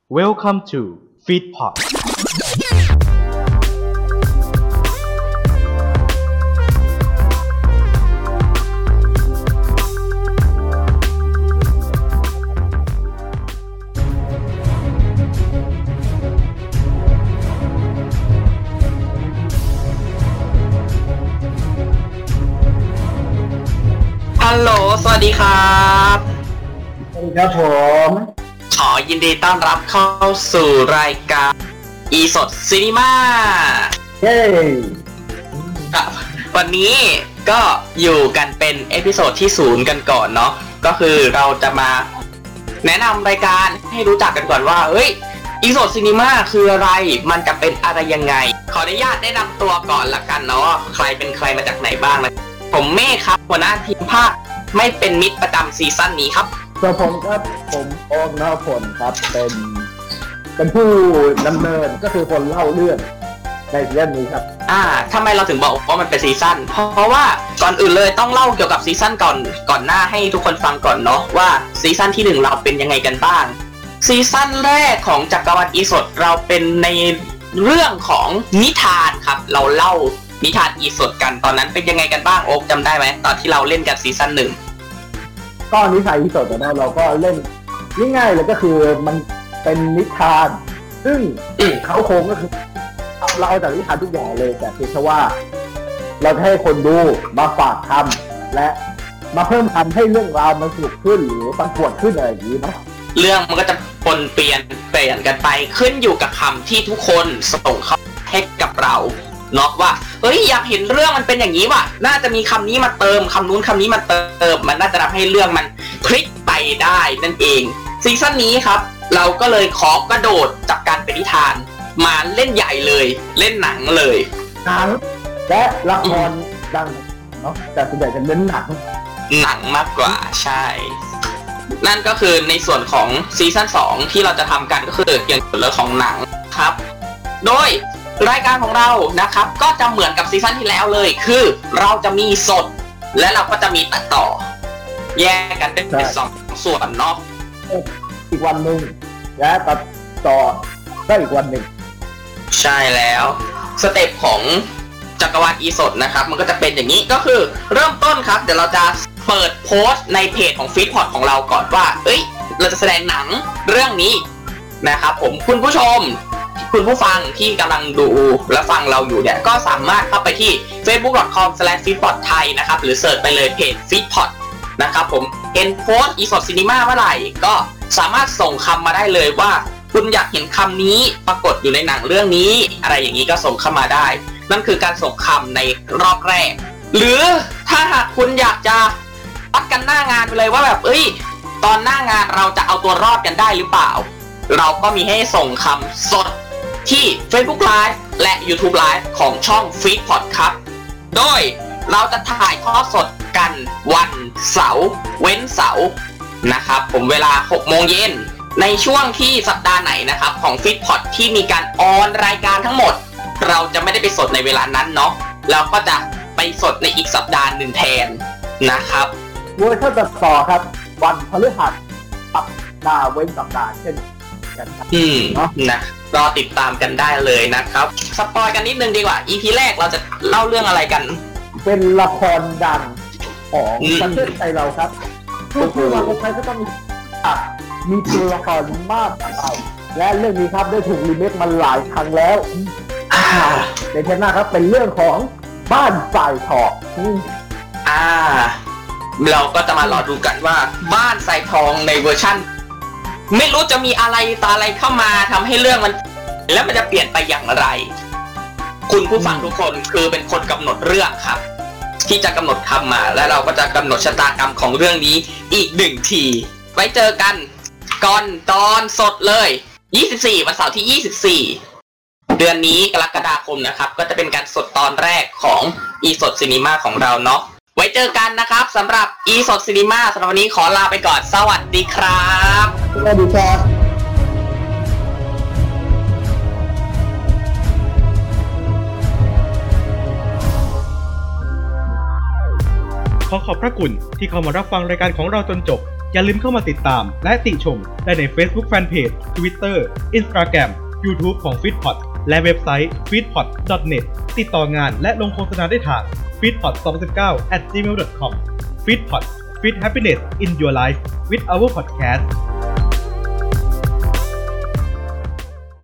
Welcome to Feedpot ฮัลโหลสวัสดีครับสวัสดีครับผมขอยินดีต้อนรับเข้าสู่รายการอีสดซีนีมาเย้ครับวันนี้ก็อยู่กันเป็นเอพิโซดที่0กันก่อนเนาะก็คือเราจะมาแนะนำรายการให้รู้จักกันก่อนว่าเฮ้ยอีสดซีนีมาคืออะไรมันจะเป็นอะไรยังไงขออนุญาตแนะนำตัวก่อนละกันเนาะใครเป็นใครมาจากไหนบ้างนะผมเมฆครับหัวหน้าทีมภาคไม่เป็นมิตรประจำซีซั่นนี้ครับตัวผมครับผมโอ๊คนพลครับเป็นผู้ดำเนินก็คือคนเล่าเรื่องในเรื่องนี้ครับทำไมเราถึงบอกว่ามันเป็นซีซั่นเพราะว่าก่อนอื่นเลยต้องเล่าเกี่ยวกับซีซั่นก่อนหน้าให้ทุกคนฟังก่อนเนาะว่าซีซั่นที่1เราเป็นยังไงกันบ้างซีซั่นแรกของจักรวรรดิอีสดเราเป็นในเรื่องของนิทานครับเราเล่านิทานอีสดกันตอนนั้นเป็นยังไงกันบ้างโอ๊คจำได้ไหมตอนที่เราเล่นกันซีซั่น1 ก็นิทานอีสดนะเราก็เล่นง่ายๆเลยก็คือมันเป็นนิทานซึ่งเขาโครงก็คือเราเอาจากนิทานทุกอย่างเลยแต่เพียงแค่ว่าเราให้คนดูมาฝากคำและมาเพิ่มคำให้เรื่องราวมันสนุกขึ้นหรือมันปวดขึ้นอะไรอย่างนี้เนาะเรื่องมันก็จะปนเปลี่ยนกันไปขึ้นอยู่กับคำที่ทุกคนส่งเข้าให้กับเราเนาะว่าเฮ้ยอยากเห็นเรื่องมันเป็นอย่างนี้ว่ะน่าจะมีคำนี้มาเติมคำนู้นคำนี้มาเติมมันน่าจะทำให้เรื่องมันพลิกไปได้นั่นเองซีซั่นนี้ครับเราก็เลยขอกระโดดจากการเป็นนิทานมาเล่นใหญ่เลยเล่นหนังเลยหนังและละครดังเนาะแต่ส่วนใหญ่จะเน้นหนังมากกว่าใช่นั่นก็คือในส่วนของซีซั่น2ที่เราจะทำกันก็คือเกี่ยวกับเรื่องของหนังครับโดยรายการของเรานะครับก็จะเหมือนกับซีซั่นที่แล้วเลยคือเราจะมีสดและเราก็จะมีตัดต่อแยกกันเป็น2ส่วนเนาะอีกวันหนึ่งและตัดต่อได้อีกวันหนึ่งใช่แล้วสเต็ปของจักรวาลอีสดนะครับมันก็จะเป็นอย่างนี้ก็คือเริ่มต้นครับเดี๋ยวเราจะเปิดโพสต์ในเพจของฟีดพอดของเราก่อนว่าเราจะแสดงหนังเรื่องนี้นะครับผมคุณผู้ชมคุณผู้ฟังที่กำลังดูและฟังเราอยู่เนี่ยก็สามารถเข้าไปที่ facebook.com/feedpot.thai นะครับหรือเสิร์ชไปเลยเพจ feedpot นะครับผมเห็นโพสต์อีสดซีนีมาเมื่อไหร่ก็สามารถส่งคำมาได้เลยว่าคุณอยากเห็นคำนี้ปรากฏอยู่ในหนังเรื่องนี้อะไรอย่างนี้ก็ส่งเข้ามาได้นั่นคือการส่งคำในรอบแรกหรือถ้าหากคุณอยากจะวัดกันหน้างานไปเลยว่าแบบตอนหน้างานเราจะเอาตัวรอดกันได้หรือเปล่าเราก็มีให้ส่งคำสดที่ Facebook Live และ YouTube Live ของช่อง Feedpot ครับโดยเราจะถ่ายทอดสดกันวันเสาร์เว้นเสาร์นะครับผมเวลา 6 โมงเย็นในช่วงที่สัปดาห์ไหนนะครับของ Feedpot ที่มีการออนรายการทั้งหมดเราจะไม่ได้ไปสดในเวลานั้นเนาะเราก็จะไปสดในอีกสัปดาห์หนึ่งแทนนะครับเวอร์ชันตัดต่อครับวันพฤหัสสัปดาห์เว้นสัปดาห์เช่นกันครับนะรอติดตามกันได้เลยนะครับสปอยกันนิดนึงดีกว่า EP แรกเราจะเล่าเรื่องอะไรกันเป็นละครดังของประเทศไทยเราครับทุกวันคนไทยก็ต้องมีตัวละครมากมายและเรื่องนี้ครับได้ถูกรีเมคมาหลายครั้งแล้วในเทปหน้าครับเป็นเรื่องของบ้านสายทองเราก็จะมารอดูกันว่าบ้านสายทองในเวอร์ชั่นไม่รู้จะมีอะไรตาอะไรเข้ามาทำให้เรื่องมันแล้วมันจะเปลี่ยนไปอย่างไรคุณผู้ฟังทุกคนคือเป็นคนกำหนดเรื่องครับที่จะกำหนดคำมาและเราก็จะกำหนดชะตากรรมของเรื่องนี้อีก1ทีไว้เจอกันก่อนตอนสดเลย24วันเสาร์ที่24เดือนนี้กรกฎาคมนะครับก็จะเป็นการสดตอนแรกของอีสดซีนีมาของเราเนาะไว้เจอกันนะครับสำหรับอีสดซีนีมาสำหรับวันนี้ขอลาไปก่อนสวัสดีครับสวัสดีครับขอบพระคุณที่เข้ามารับฟังรายการของเราจนจบอย่าลืมเข้ามาติดตามและติชมได้ใน Facebook Fanpage Twitter Instagram YouTube ของ Feedpot และเว็บไซต์ feedpot.net ติดต่องานและลงโฆษณาได้ทาง feedpot2019@gmail.com Feedpot Feed Happiness in Your Life with our podcast